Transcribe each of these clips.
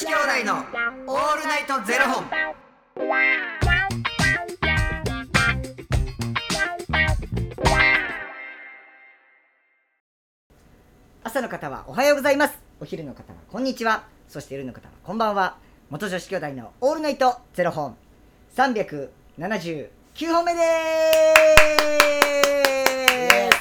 子兄弟のオールナイトゼロ本。 朝の方はおはようございます。お昼の方はこんにちは。そして夜の方はこんばんは。元女子兄弟のオールナイトゼロ本379本目です。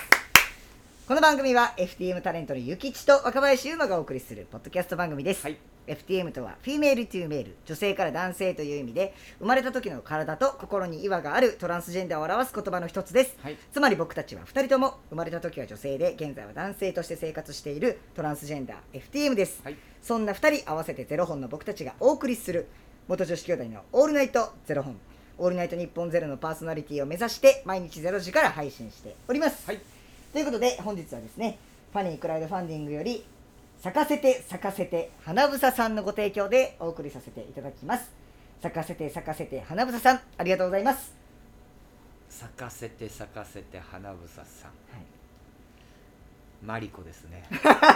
この番組は FTM タレントのゆきちと若林優馬がお送りするポッドキャスト番組です、はい、FTM とはフィメールトゥーメール、女性から男性という意味で、生まれた時の体と心に違和があるトランスジェンダーを表す言葉の一つです、はい、つまり僕たちは2人とも生まれた時は女性で現在は男性として生活しているトランスジェンダー FTM です、はい、そんな2人合わせてゼロ本の僕たちがお送りする元女子兄弟のオールナイトゼロ本、オールナイト日本ゼロのパーソナリティを目指して毎日0時から配信しております、はい、ということで本日はですね、ファニークラウドファンディングより咲かせて咲かせて花房さんのご提供でお送りさせていただきます。咲かせて咲かせて花房さん、ありがとうございます。 咲かせて咲かせて花房さん、はい、マリコですね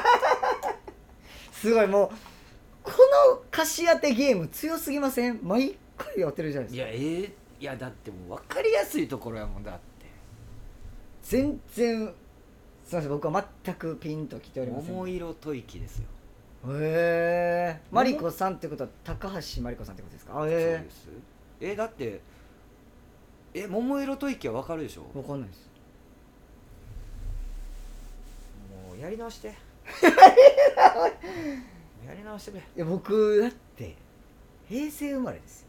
すごい、もうこの歌詞当てゲーム強すぎません？毎回やってるじゃないですか。 いやだってもう分かりやすいところやもん。だって全然すみません、僕は全くピンときておりません。 桃色吐息ですよ。 へえ。マリコさんってことは高橋マリコさんってことですか？ そうです。だって桃色吐息は分かるでしょ？ 分かんないです。 もうやり直してやり直してくれ。 いや僕だって平成生まれですよ。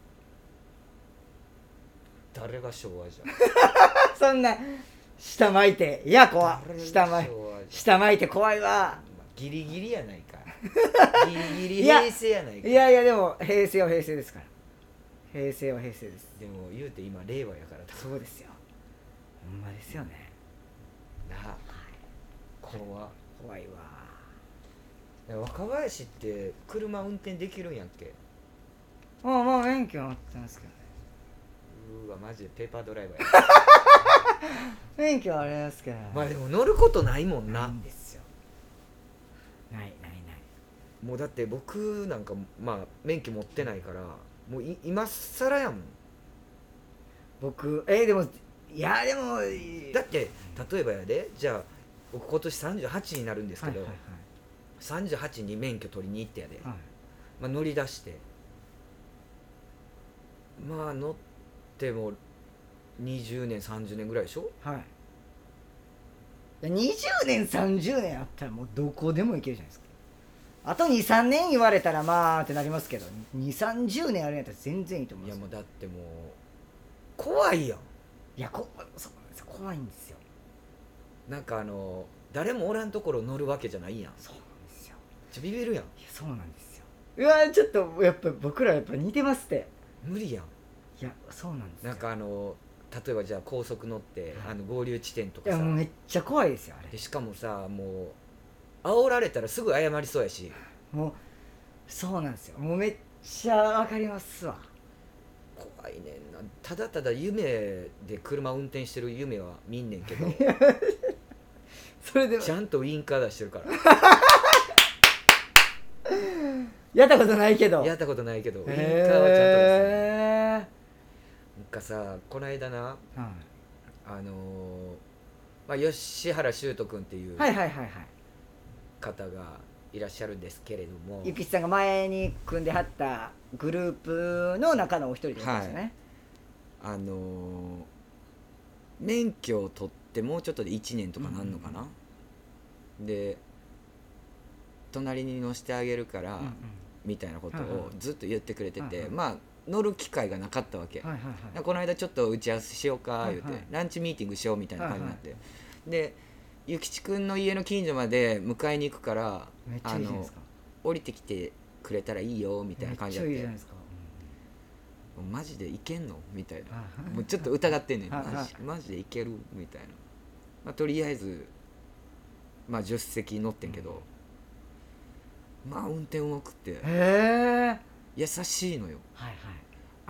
誰が昭和じゃんそんな下巻いて、いや怖い、下巻いて怖いわ。 ギリギリやないかギリギリ平成やないか。 いやでも平成は平成ですから。平成は平成です。 でも言うて今令和やから。 そうですよ、ほんまですよね。 なあ、怖いわ。若林って車運転できるんやっけ？ まあ免許は持ってますけどね。 うわマジでペーパードライバーや免許はありますけど、 まあでも乗ることないもんな。 ないんですよ。ないもうだって僕なんかまあ免許持ってないからもう今更やもん僕。でもだって例えばやで、じゃあ僕今年38になるんですけど、はいはいはい、38に免許取りに行ってやで、はい、まあ、乗り出してまあ乗っても20年30年ぐらいでしょ。 はい。20年30年あったらもうどこでも行けるじゃないですか。あと 2,3 年言われたらまあってなりますけど、2,30 年あるんやったら全然いいと思います。 いやもうだってもう怖いやん。 いやそうなんですよ、怖いんですよ。 なんか誰もおらんところ乗るわけじゃないやん。 そうなんですよ。 ビビるやん。いやそうなんですよ。うわちょっとやっぱ僕らやっぱ似てますって。 無理やん。 いやそうなんですよ。 なんか例えばじゃあ高速乗って、はい、合流地点とかさ、 いやもうめっちゃ怖いですよあれ。 でしかもさ、もう煽られたらすぐ謝りそうやし。 もうそうなんですよ。もうめっちゃわかりますわ。 怖いねんな。ただただ夢で車運転してる夢は見んねんけどそれでちゃんとウインカー出してるからやったことないけどウインカーはちゃんとですね。なんかさ、この間な、まあ、吉原修斗君っていう方がいらっしゃるんですけれども、 ゆきちさんが前に組んではったグループの中のお一人でですよね、 はい、免許を取ってもうちょっとで1年とかなんのかな、で隣に乗せてあげるから、みたいなことをずっと言ってくれてて、まあ乗る機会がなかったわけ、この間ちょっと打ち合わせしようか言うて、ランチミーティングしようみたいな感じになって、でゆきちくんの家の近所まで迎えに行くから降りてきてくれたらいいよみたいな感じだって。めっちゃいいじゃないですか。マジでいけんのみたいな、もうちょっと疑ってんねんマジでいけるみたいな、まあ、とりあえずまあ助手席乗ってんけど、まあ運転うまくて優しいのよ。はいはい、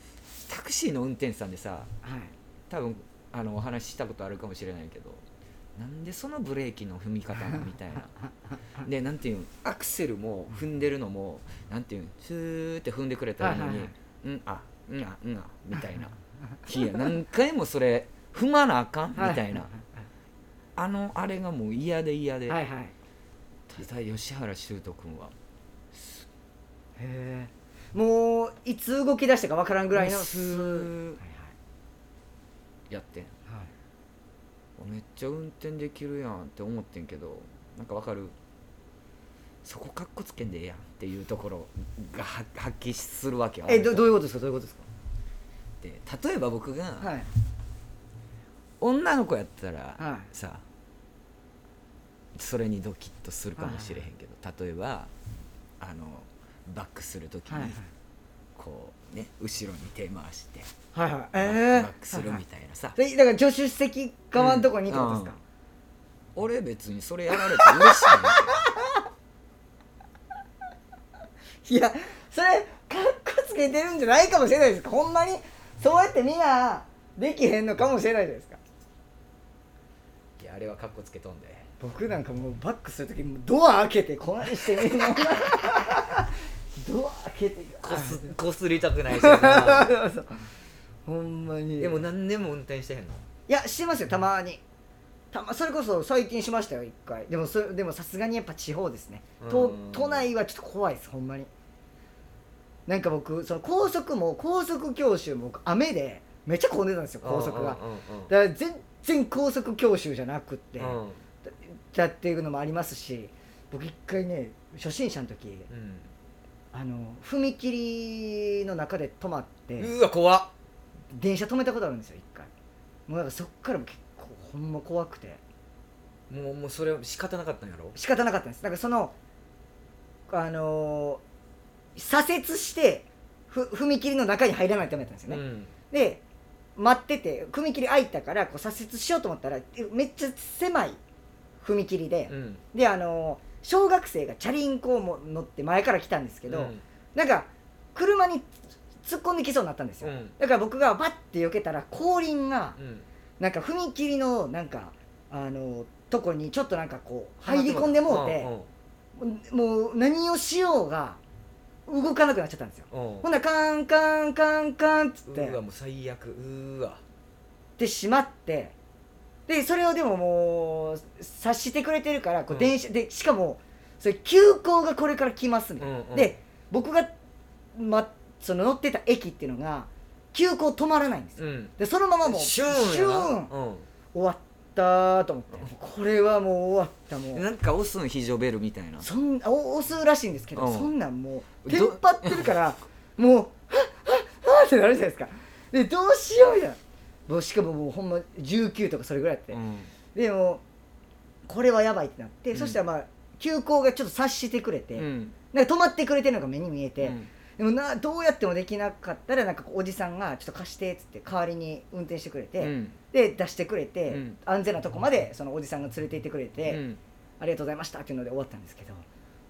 タクシーの運転手さんでさ、はい、多分お話ししたことあるかもしれないけど、 なんでそのブレーキの踏み方なみたいなでなんていうんアクセルも踏んでるのもなんていうんスーって踏んでくれたらいいのに、うんあうんあうんあみたいないや何回もそれ踏まなあかんみたいなあれがもう嫌で嫌で、 はいはい、 ただ吉原修斗君はへえ、もういつ動き出したかわからんぐらいのやってん、めっちゃ運転できるやんって思ってんけどなんかわかるそこカッコつけんでええやんっていうところが発揮するわけよ。 どういうことですかどういうことですか。 で例えば僕が、 はい、 女の子やったら、 はい、 さそれにドキッとするかもしれへんけど、例えばバックするときに、こうね後ろに手回して、 はいはい、 バックするみたいなさ、 だから助手席側のとこにってことですか、 俺別にそれやられて嬉しいいやそれカッコつけてるんじゃないかもしれないですか。ほんまにそうやってみんなできへんのかもしれないじゃないですか。 いやあれはカッコつけとんで僕なんかもうバックするときドア開けてこないしてみんなドア開けてこすりたくないしなほんまに。 でも何年も運転してへんの。 いやしてますよたまに。それこそ最近しましたよ1回。でもさすがにやっぱ地方ですね。都内はちょっと怖いですほんまに。なんか僕その高速教習も雨でめっちゃ混んでたんですよ高速が。だから全然高速教習じゃなくって、だっていうのもありますし、僕一回ね初心者の時、踏切の中で止まってうわ怖っ電車止めたことあるんですよ一回。もうなんかそっからも結構ほんま怖くてもうそれは仕方なかったんやろ。 仕方なかったんです。だからその左折して踏切の中に入らないとダメだったんですよね、で待ってて踏切開いたからこう左折しようと思ったらめっちゃ狭い踏切で、で小学生がチャリンコを乗って前から来たんですけど、なんか車に突っ込んできそうになったんですよ、だから僕がバッて避けたら後輪が、なんか踏切のなんかとこにちょっとなんかこう入り込んでもうて、もう何をしようが動かなくなっちゃったんですよ。ほんならカンカンカンカンっつってうわもう最悪でしまって、でそれをでももう察してくれてるからこう電車、でしかもそれ急行がこれから来ますみたいな、で僕が、その乗ってた駅っていうのが急行止まらないんですよ、でそのままもうシューン終わったと思って、これはもう終わった。もうなんか押すん非常ベルみたいな押すらしいんですけど、そんなんもうテンパってるからもうはっはっはってなるじゃないですか。でどうしようみたいな、もうしかももうほんま19とかそれぐらいやって、でもこれはやばいってなって、そしたら急行がちょっと察してくれて、なんか止まってくれてるのが目に見えて、でもどうやってもできなかったらなんかおじさんがちょっと貸してっつって代わりに運転してくれて、で出してくれて、安全なとこまでそのおじさんが連れて行ってくれて、ありがとうございましたっていうので終わったんですけど、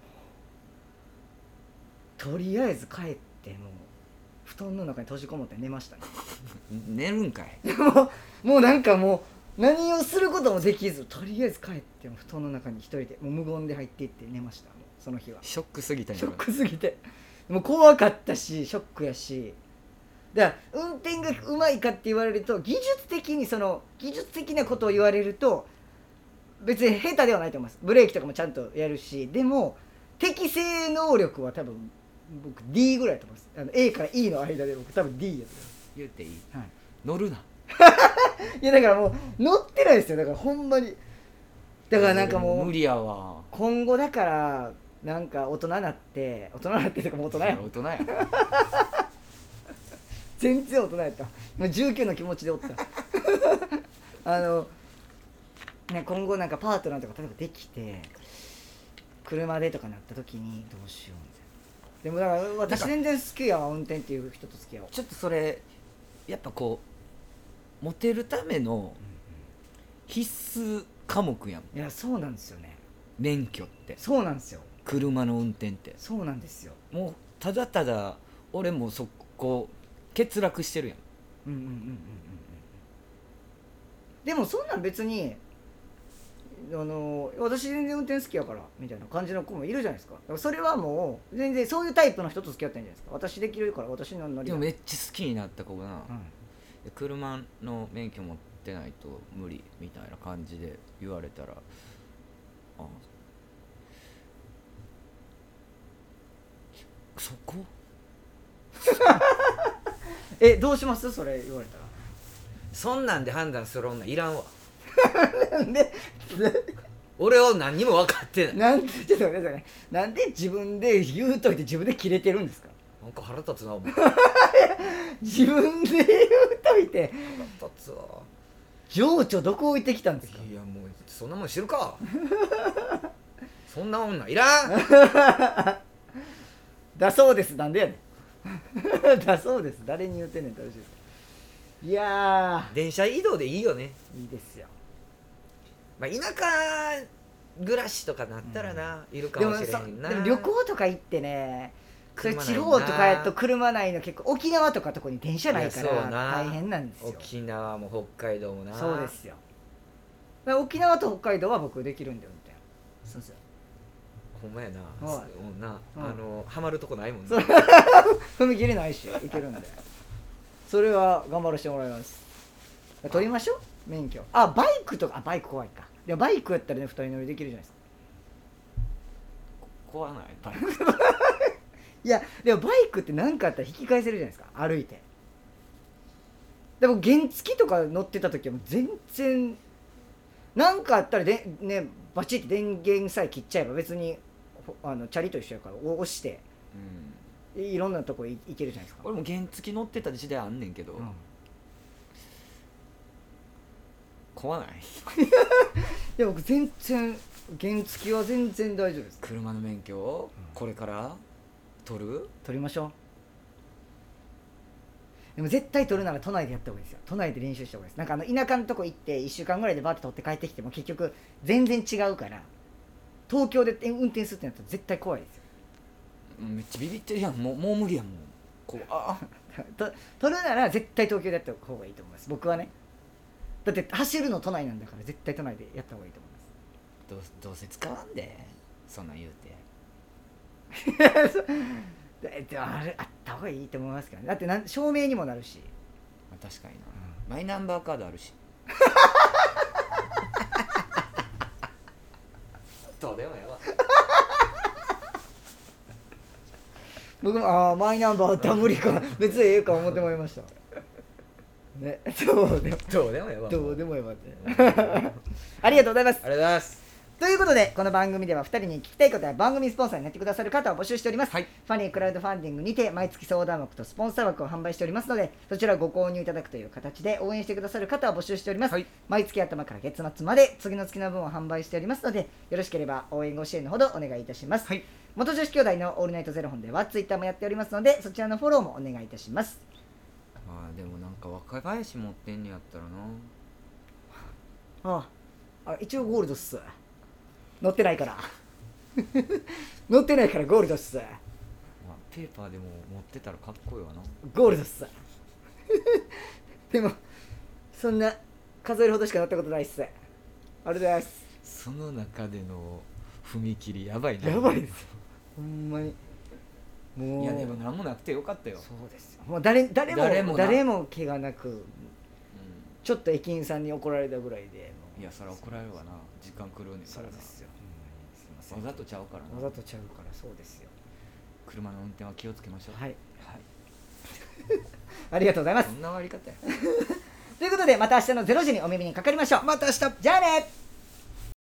とりあえず帰ってもう布団の中に閉じこもって寝ましたね寝るんかいもうなんかもう何をすることもできず、とりあえず帰っても布団の中に一人でもう無言で入っていって寝ました。もうその日はショックすぎたんやショックすぎてもう怖かったしショックやし、だから運転がうまいかって言われると技術的なことを言われると別に下手ではないと思います。ブレーキとかもちゃんとやるし、でも適正能力は多分僕 D ぐらいだと思います。A から E の間で僕多分 D やと思います。 言っていい、 はい、 乗るな。 いやだからもう乗ってないですよ。だからほんまにだからなんかもう無理やわ。 今後だからなんか大人になってとかもう大人や大人や全然大人やった。もう19の気持ちでおったね、今後なんかパートナーとか例えばできて車でとかなった時にどうしようみたいな。でもだから私全然好きやわ運転っていう人と付き合おう。 ちょっとそれやっぱこうモテるための必須科目やん。 いやそうなんですよね。 免許ってそうなんですよ。 車の運転ってそうなんですよ。 もうただただ俺もそこ欠落してるやん。 でもそんなん別に私全然運転好きやからみたいな感じの子もいるじゃないですか。だからそれはもう全然そういうタイプの人と付き合ってんじゃないですか。私できるから私の乗りでもめっちゃ好きになった子がな、 うん車の免許持ってないと無理みたいな感じで言われたら、あ、そこどうしますそれ言われたら。 そんなんで判断する女いらんわ。 なんで俺は何にも分かってない。 なんでちょっと待ってくださいね。なんで自分で言うといて自分でキレてるんですか。 なんか腹立つなお前。 自分で言うといて腹立つわ。 情緒どこ置いてきたんですか。 いやもうそんなもん知るか。そんな女いらん。 だそうです。なんでやねん。だそうです。誰に言ってんねんって話です。いや電車移動でいいよね。 いいですよ。 まあ、田舎暮らしとかなったらな、いるかもしれへんな。 でも旅行とか行ってね、それ車ないな地方とかやと車ないの結構、沖縄とかとこに電車ないかいやそうなら大変なんですよ。 沖縄も北海道もな。 そうですよ。だから沖縄と北海道は僕できるんだよみたいな。そうそう。 ほんまやな。 はいもうな、 はいハマるとこないもんそうね。 踏切ないしいけるんで、それは頑張らせてもらいます。取りましょう免許。バイクとか、バイク怖いか。でもバイクやったらね、2人乗りできるじゃないですか。 怖ないバイク。 いやでもバイクって何かあったら引き返せるじゃないですか、歩いて。でも原付とか乗ってた時はもう全然何かあったらで、ね、バチって電源さえ切っちゃえば別にチャリと一緒やから押して、いろんなとこ行けるじゃないですか。 俺も原付乗ってた時代あんねんけど、怖ない。 いや僕全然原付は全然大丈夫です。 車の免許をこれから取る？ 取りましょう。でも絶対取るなら都内でやった方がいいですよ。都内で練習した方がいいです。なんか田舎のとこ行って1週間ぐらいでバーって取って帰ってきても結局全然違うから、東京で運転するってなったら絶対怖いですよ。 めっちゃビビってるやん。もう無理やん。もうこう取るなら絶対東京でやった方がいいと思います。僕はね。だって走るの都内なんだから絶対都内でやった方がいいと思います。 どうせ使わんでそんなん言うて。 でもあった方がいいと思いますからね。だって証明にもなるし。 まあ、確かにな、マイナンバーカードあるし。どうでもやわ。 僕もマイナンバーあったら無理か別にええか思ってもらいましたね。どうでもやわ。 どうでもええわってありがとうございます。 ありがとうございます。 ということでこの番組では2人に聞きたいことや番組スポンサーになってくださる方を募集しております、 はい、 ファニークラウドファンディングにて毎月相談枠とスポンサー枠を販売しておりますので、そちらをご購入いただくという形で応援してくださる方を募集しております、 はい、 毎月頭から月末まで次の月の分を販売しておりますので、よろしければ応援ご支援のほどお願いいたします、 はい、 元女子兄弟のオールナイトゼロ本ではツイッターもやっておりますので、そちらのフォローもお願いいたします。 まあでもなんか若林持ってんねやったらな。一応ゴールドっす。乗ってないから乗ってないからゴールドっす。 まあ、ペーパーでも持ってたらかっこいいわな。 ゴールドっすでもそんな数えるほどしか乗ったことないっす。ありがとうございます。 その中での踏切やばいな。 やばいですよほんまに。もういやでも何もなくてよかったよ。 そうですよ。もう誰も怪我なく、ちょっと駅員さんに怒られたぐらいで。 いやそれ怒られるわな。時間狂うねんからな。 そうですよ。 わざとちゃうからな。 わざとちゃうから。そうですよ。 車の運転は気をつけましょう。 はい、 はい、 ありがとうございます。 そんな終わり方やということでまた明日の0時にお耳にかかりましょう。 また明日。 じゃあね。